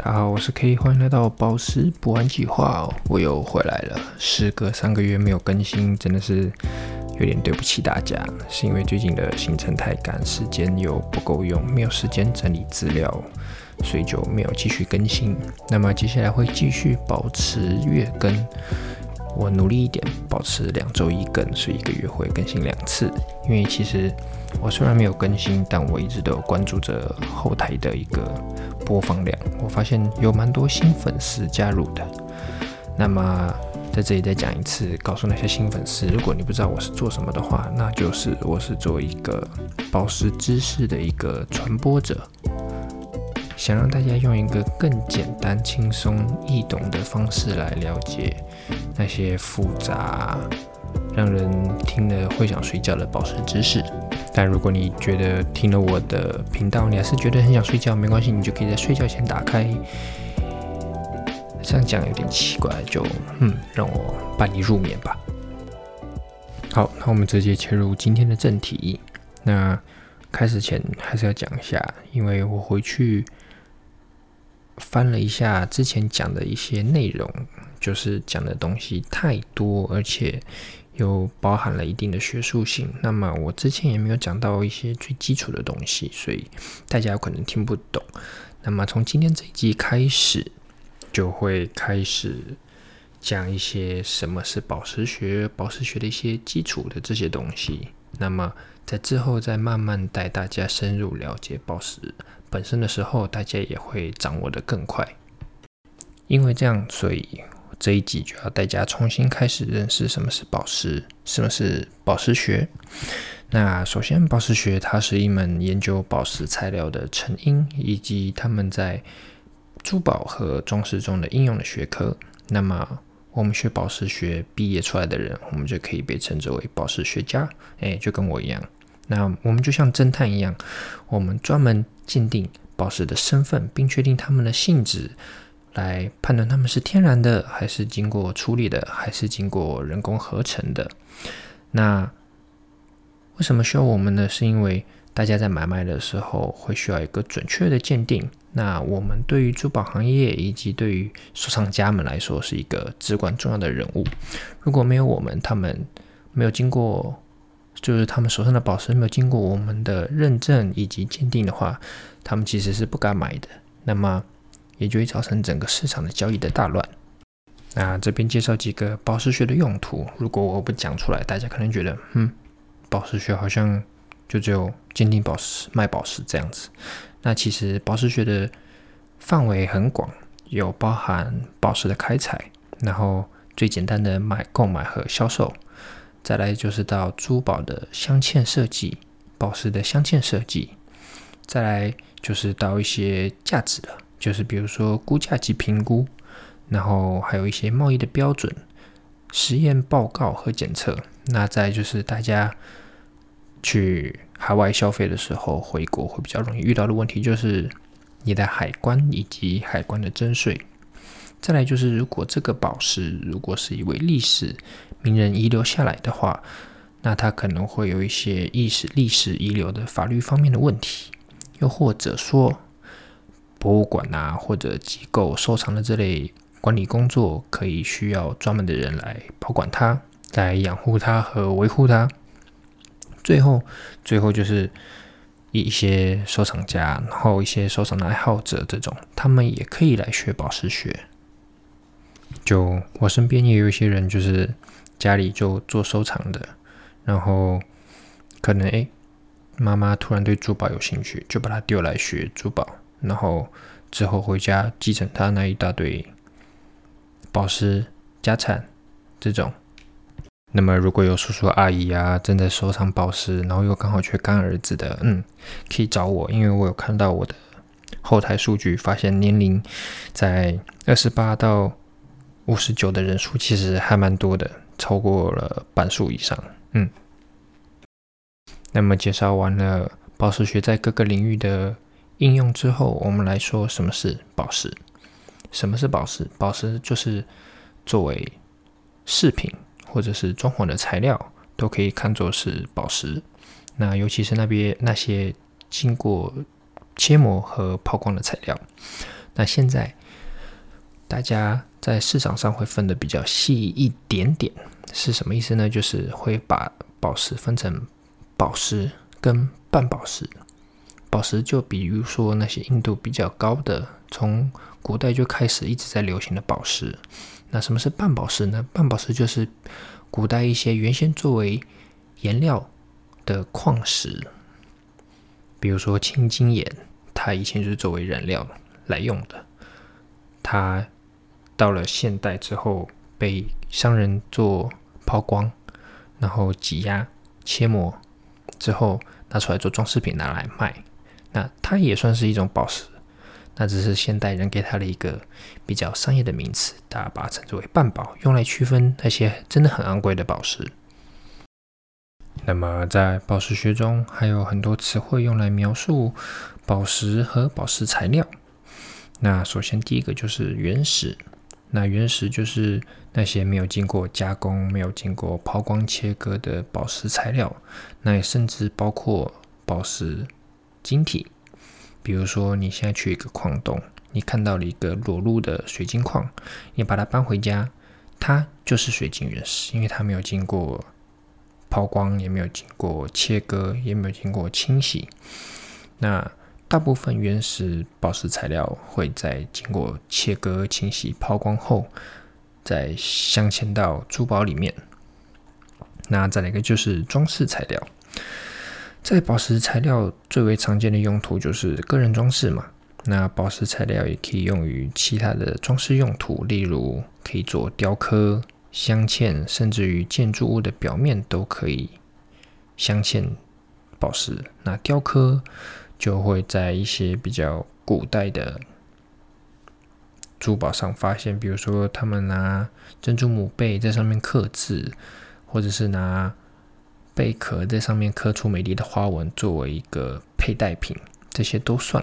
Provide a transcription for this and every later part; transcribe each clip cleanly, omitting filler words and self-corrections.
大家好，我是 K， 欢迎来到宝石补完计划哦，我又回来了。时隔3个月没有更新，真的是有点对不起大家，是因为最近的行程太赶，时间又不够用，没有时间整理资料，所以就没有继续更新。那么接下来会继续保持月更，我努力一点，保持2周1更，所以1个月会更新2次。因为其实我虽然没有更新，但我一直都有关注着后台的一个播放量，我发现有蛮多新粉丝加入的。那么在这里再讲一次，告诉那些新粉丝，如果你不知道我是做什么的话，那就是我是做一个宝石知识的一个传播者，想让大家用一个更简单、轻松、易懂的方式来了解那些复杂、让人听了会想睡觉的宝石知识。但如果你觉得听了我的频道，你还是觉得很想睡觉，没关系，你就可以在睡觉前打开。这样讲有点奇怪，就让我伴你入眠吧。好，那我们直接切入今天的正题。那开始前还是要讲一下，因为我回去翻了一下之前讲的一些内容，就是讲的东西太多，而且又包含了一定的学术性。那么我之前也没有讲到一些最基础的东西，所以大家有可能听不懂。那么从今天这一集开始，就会开始讲一些什么是宝石学，宝石学的一些基础的这些东西。那么在之后再慢慢带大家深入了解宝石本身的时候，大家也会掌握得更快。因为这样，所以这一集就要大家重新开始认识什么是宝石，什么是宝石学。那首先，宝石学它是一门研究宝石材料的成因以及它们在珠宝和装饰中的应用的学科。那么我们学宝石学毕业出来的人，我们就可以被称之为宝石学家，就跟我一样。那我们就像侦探一样，我们专门鉴定宝石的身份，并确定它们的性质，来判断它们是天然的，还是经过处理的，还是经过人工合成的。那为什么需要我们呢？是因为大家在买卖的时候会需要一个准确的鉴定。那我们对于珠宝行业以及对于收藏家们来说是一个至关重要的人物。如果没有我们，他们没有经过，就是他们手上的宝石没有经过我们的认证以及鉴定的话，他们其实是不敢买的。那么也就会造成整个市场的交易的大乱。那这边介绍几个宝石学的用途，如果我不讲出来，大家可能觉得宝石学好像就只有鉴定宝石、卖宝石这样子。那其实宝石学的范围很广，有包含宝石的开采，然后最简单的购买和销售，再来就是到珠宝的镶嵌设计，宝石的镶嵌设计，再来就是到一些价值了，就是比如说估价及评估，然后还有一些贸易的标准、实验报告和检测。那再来就是大家去海外消费的时候，回国会比较容易遇到的问题，就是你的海关以及海关的征税。再来就是，如果这个宝石如果是一位历史名人遗留下来的话，那它可能会有一些历史遗留的法律方面的问题，又或者说博物馆或者机构收藏的这类管理工作，可以需要专门的人来保管它，来养护它和维护它。最后就是一些收藏家，然后一些收藏的爱好者，这种他们也可以来学宝石学。就我身边也有一些人，就是家里就做收藏的，然后可能妈妈突然对珠宝有兴趣，就把他丢来学珠宝，然后之后回家继承他那一大堆宝石家产这种。那么如果有叔叔阿姨正在收藏宝石，然后又刚好缺干儿子的，可以找我，因为我有看到我的后台数据，发现年龄在28到59的人数其实还蛮多的，超过了半数以上。那么介绍完了宝石学在各个领域的应用之后，我们来说什么是宝石。什么是宝石？宝石就是作为饰品或者是装潢的材料，都可以看作是宝石。那尤其是那些经过切磨和抛光的材料。 那现在大家在市场上会分得比较细一点点，是什么意思呢？就是会把宝石分成宝石跟半宝石。宝石就比如说那些硬度比较高的，从古代就开始一直在流行的宝石。那什么是半宝石呢？半宝石就是古代一些原先作为颜料的矿石，比如说青金岩，它以前就是作为染料来用的，它到了现代之后被商人做抛光，然后挤压切磨之后拿出来做装饰品拿来卖，那它也算是一种宝石，那只是现代人给它了一个比较商业的名词，大家把它称之为半宝，用来区分那些真的很昂贵的宝石。那么在宝石学中还有很多词汇用来描述宝石和宝石材料。那首先第一个就是原石，那原石就是那些没有经过加工、没有经过抛光切割的宝石材料，那也甚至包括宝石晶体。比如说你现在去一个矿洞，你看到了一个裸露的水晶矿，你把它搬回家，它就是水晶原石，因为它没有经过抛光，也没有经过切割，也没有经过清洗。那大部分原石宝石材料会在经过切割、清洗、抛光后，再镶嵌到珠宝里面。那再来一个就是装饰材料，在宝石材料最为常见的用途就是个人装饰嘛。那宝石材料也可以用于其他的装饰用途，例如可以做雕刻、镶嵌，甚至于建筑物的表面都可以镶嵌宝石。那雕刻就会在一些比较古代的珠宝上发现，比如说他们拿珍珠母贝在上面刻字，或者是拿贝壳在上面刻出美丽的花纹作为一个佩戴品，这些都算。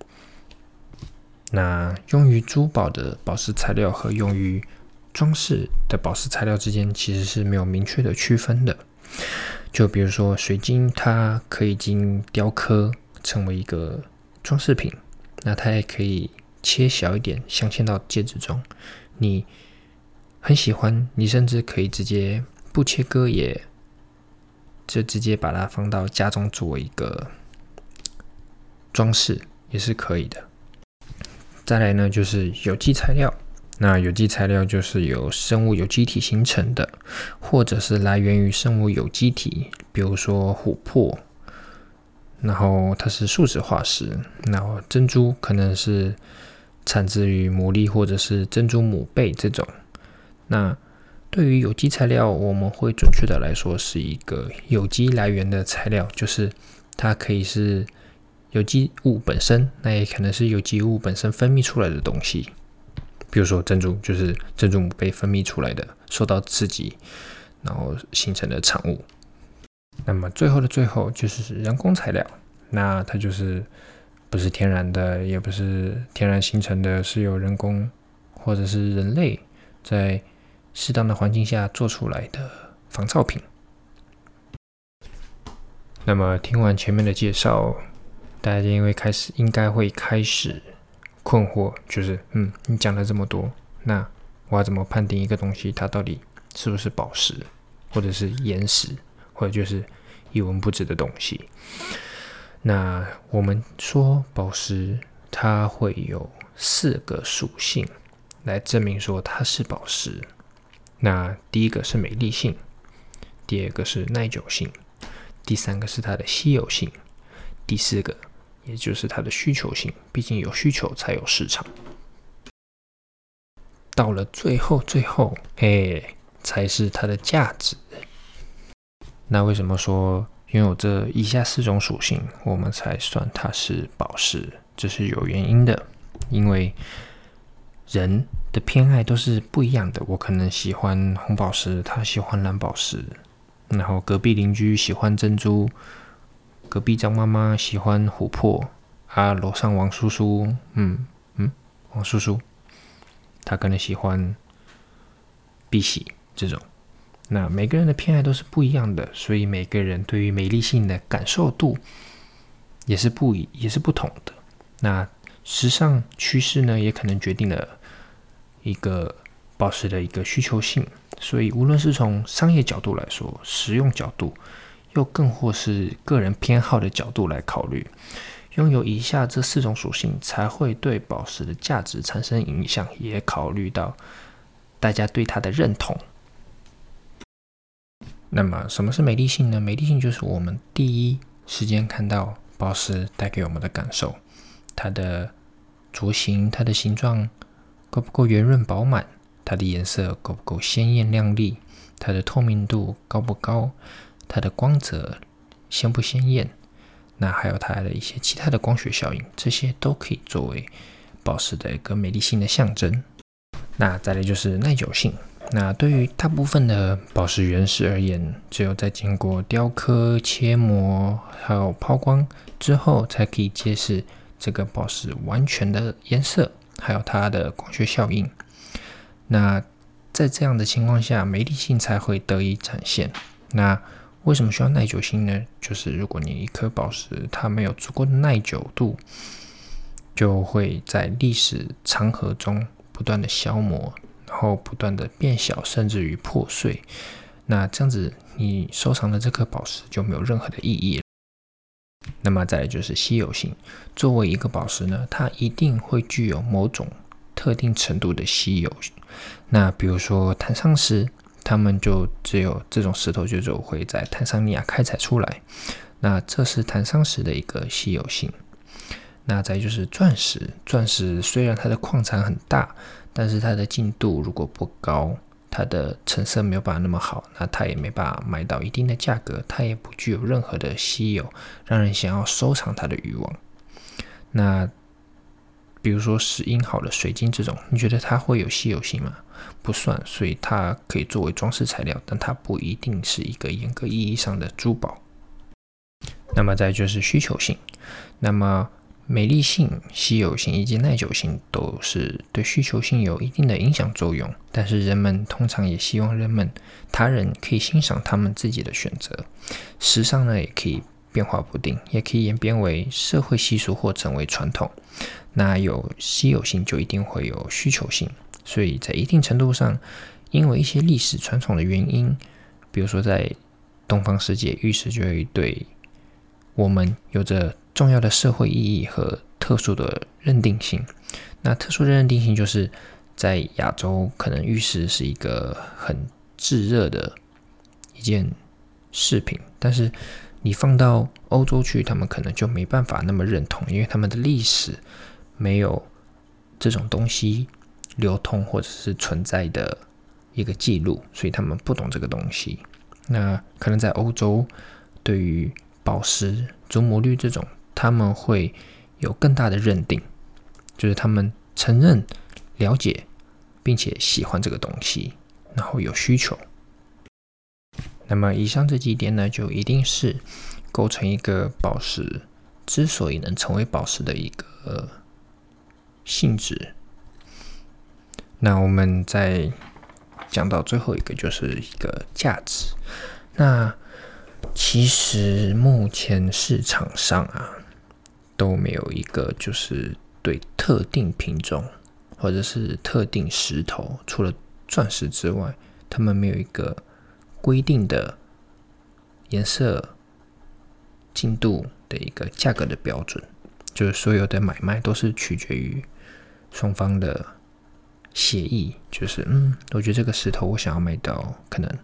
那用于珠宝的宝石材料和用于装饰的宝石材料之间其实是没有明确的区分的。就比如说水晶，它可以经雕刻成为一个装饰品，那它也可以切小一点镶嵌到戒指中。你很喜欢，你甚至可以直接不切割，也就直接把它放到家中作为一个装饰，也是可以的。再来呢，就是有机材料。那有机材料就是由生物有机体形成的，或者是来源于生物有机体，比如说琥珀，然后它是树脂化石，然后珍珠可能是产自于牡蛎或者是珍珠母贝这种。那对于有机材料，我们会准确的来说是一个有机来源的材料，就是它可以是有机物本身，那也可能是有机物本身分泌出来的东西。比如说珍珠就是珍珠母贝分泌出来的，受到刺激然后形成的产物。那么最后的最后就是人工材料，那它就是不是天然的，也不是天然形成的，是由人工或者是人类在适当的环境下做出来的仿造品。那么听完前面的介绍，大家应该会开始困惑，就是你讲了这么多，那我要怎么判定一个东西它到底是不是宝石，或者是岩石，或者就是一文不值的东西？那我们说宝石它会有4个属性来证明说它是宝石。那第一个是美丽性，第2个是耐久性，第3个是它的稀有性，第4个也就是它的需求性，毕竟有需求才有市场。到了最后才是它的价值。那为什么说拥有这以下4种属性我们才算它是宝石？这是有原因的，因为人的偏爱都是不一样的。我可能喜欢红宝石，他喜欢蓝宝石，然后隔壁邻居喜欢珍珠，隔壁张妈妈喜欢琥珀啊，楼上王叔叔，王叔叔，他可能喜欢碧玺这种。那每个人的偏爱都是不一样的，所以每个人对于美丽性的感受度也是不同的。那时尚趋势呢，也可能决定了一个宝石的一个需求性。所以无论是从商业角度来说，实用角度，又更或是个人偏好的角度来考虑，拥有以下这4种属性才会对宝石的价值产生影响，也考虑到大家对它的认同。那么什么是美丽性呢？美丽性就是我们第一时间看到宝石带给我们的感受，它的镯形、它的形状够不够圆润饱满，它的颜色够不够鲜艳亮丽，它的透明度高不高，它的光泽鲜不鲜艳，那还有它的一些其他的光学效应，这些都可以作为宝石的一个美丽性的象征。那再来就是耐久性。那对于大部分的宝石原石而言，只有在经过雕刻、切磨还有抛光之后，才可以揭示这个宝石完全的颜色，还有它的光学效应。那在这样的情况下，美丽性才会得以展现。那为什么需要耐久性呢？就是如果你一颗宝石它没有足够的耐久度，就会在历史长河中不断的消磨，然后不断的变小，甚至于破碎。那这样子你收藏的这颗宝石就没有任何的意义了。那么再来就是稀有性。作为一个宝石呢，它一定会具有某种特定程度的稀有。那比如说坦桑石，他们就只有这种石头就只有会在坦桑尼亚开采出来，那这是坦桑石的一个稀有性。那再就是钻石，钻石虽然它的矿产很大，但是它的净度如果不高，它的成色没有办法那么好，那它也没办法卖到一定的价格，它也不具有任何的稀有，让人想要收藏它的欲望。那比如说10英好的水晶这种，你觉得它会有稀有性吗？不算，所以它可以作为装饰材料，但它不一定是一个严格意义上的珠宝。那么再就是需求性，那么美丽性、稀有性以及耐久性都是对需求性有一定的影响作用，但是人们通常也希望他人可以欣赏他们自己的选择。时尚呢，也可以变化不定，也可以演变为社会习俗或成为传统。那有稀有性就一定会有需求性，所以在一定程度上，因为一些历史传统的原因，比如说在东方世界，玉石就会对我们有着重要的社会意义和特殊的认定性。那特殊的认定性就是在亚洲，可能玉石是一个很炙热的一件饰品，但是你放到欧洲去，他们可能就没办法那么认同，因为他们的历史没有这种东西流通或者是存在的一个记录，所以他们不懂这个东西。那可能在欧洲，对于宝石、祖母绿这种，他们会有更大的认定，就是他们承认、了解并且喜欢这个东西，然后有需求。那么以上这几点呢，就一定是构成一个宝石之所以能成为宝石的一个性质。那我们再讲到最后一个，就是一个价值。那其实目前市场上都没有一个就是对特定品种或者是特定石头，除了钻石之外，他们没有一个规定的颜色、净度的一个价格的标准，就是所有的买卖都是取决于双方的协议，就是我觉得这个石头我想要卖到可能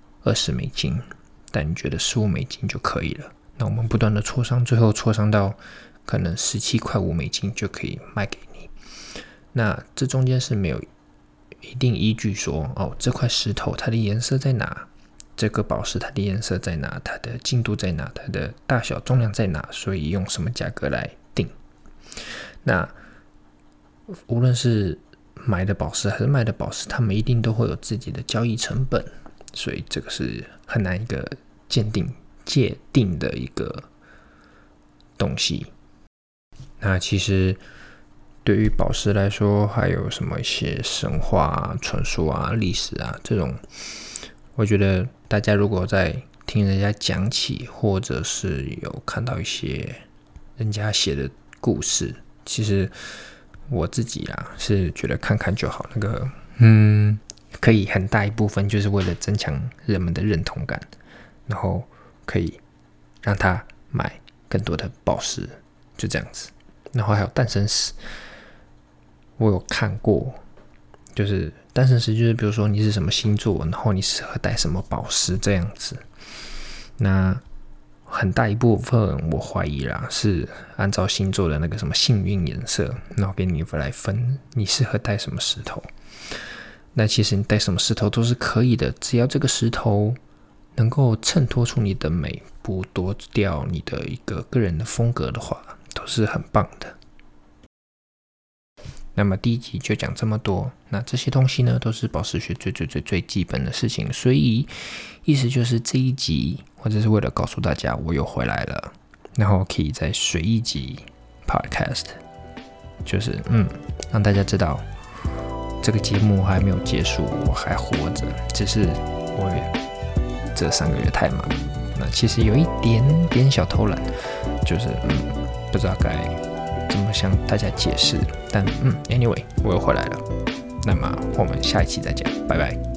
$20，但你觉得$15就可以了，那我们不断的磋商，最后磋商到可能$17.5就可以卖给你。那这中间是没有一定依据说这块石头它的颜色在哪，这个宝石它的颜色在哪，它的净度在哪，它的大小重量在哪，所以用什么价格来定。那无论是买的宝石还是卖的宝石，他们一定都会有自己的交易成本，所以这个是很难一个界定的一个东西。那其实对于宝石来说，还有什么一些神话传说历史这种，我觉得大家如果在听人家讲起，或者是有看到一些人家写的故事， 其实我自己啦是觉得看看就好，那个可以很大一部分就是为了增强人们的认同感，然后可以让他买更多的宝石，就这样子。然后还有诞生石，我有看过，就是诞生石就是比如说你是什么星座，然后你适合戴什么宝石这样子。那很大一部分我怀疑啦，是按照星座的那个什么幸运颜色，然后给你来分你适合戴什么石头。那其实你戴什么石头都是可以的，只要这个石头能够衬托出你的美，不夺掉你的一个个人的风格的话，都是很棒的。那么第一集就讲这么多，那这些东西呢都是宝石学最基本的事情，所以意思就是这一集或者是为了告诉大家我又回来了，然后可以再水一集 podcast， 就是让大家知道这个节目还没有结束，我还活着，只是我这3个月太忙，那其实有一点点小偷懒，就是不知道该怎么向大家解释，但anyway 我又回来了，那么我们下一期再见，拜拜。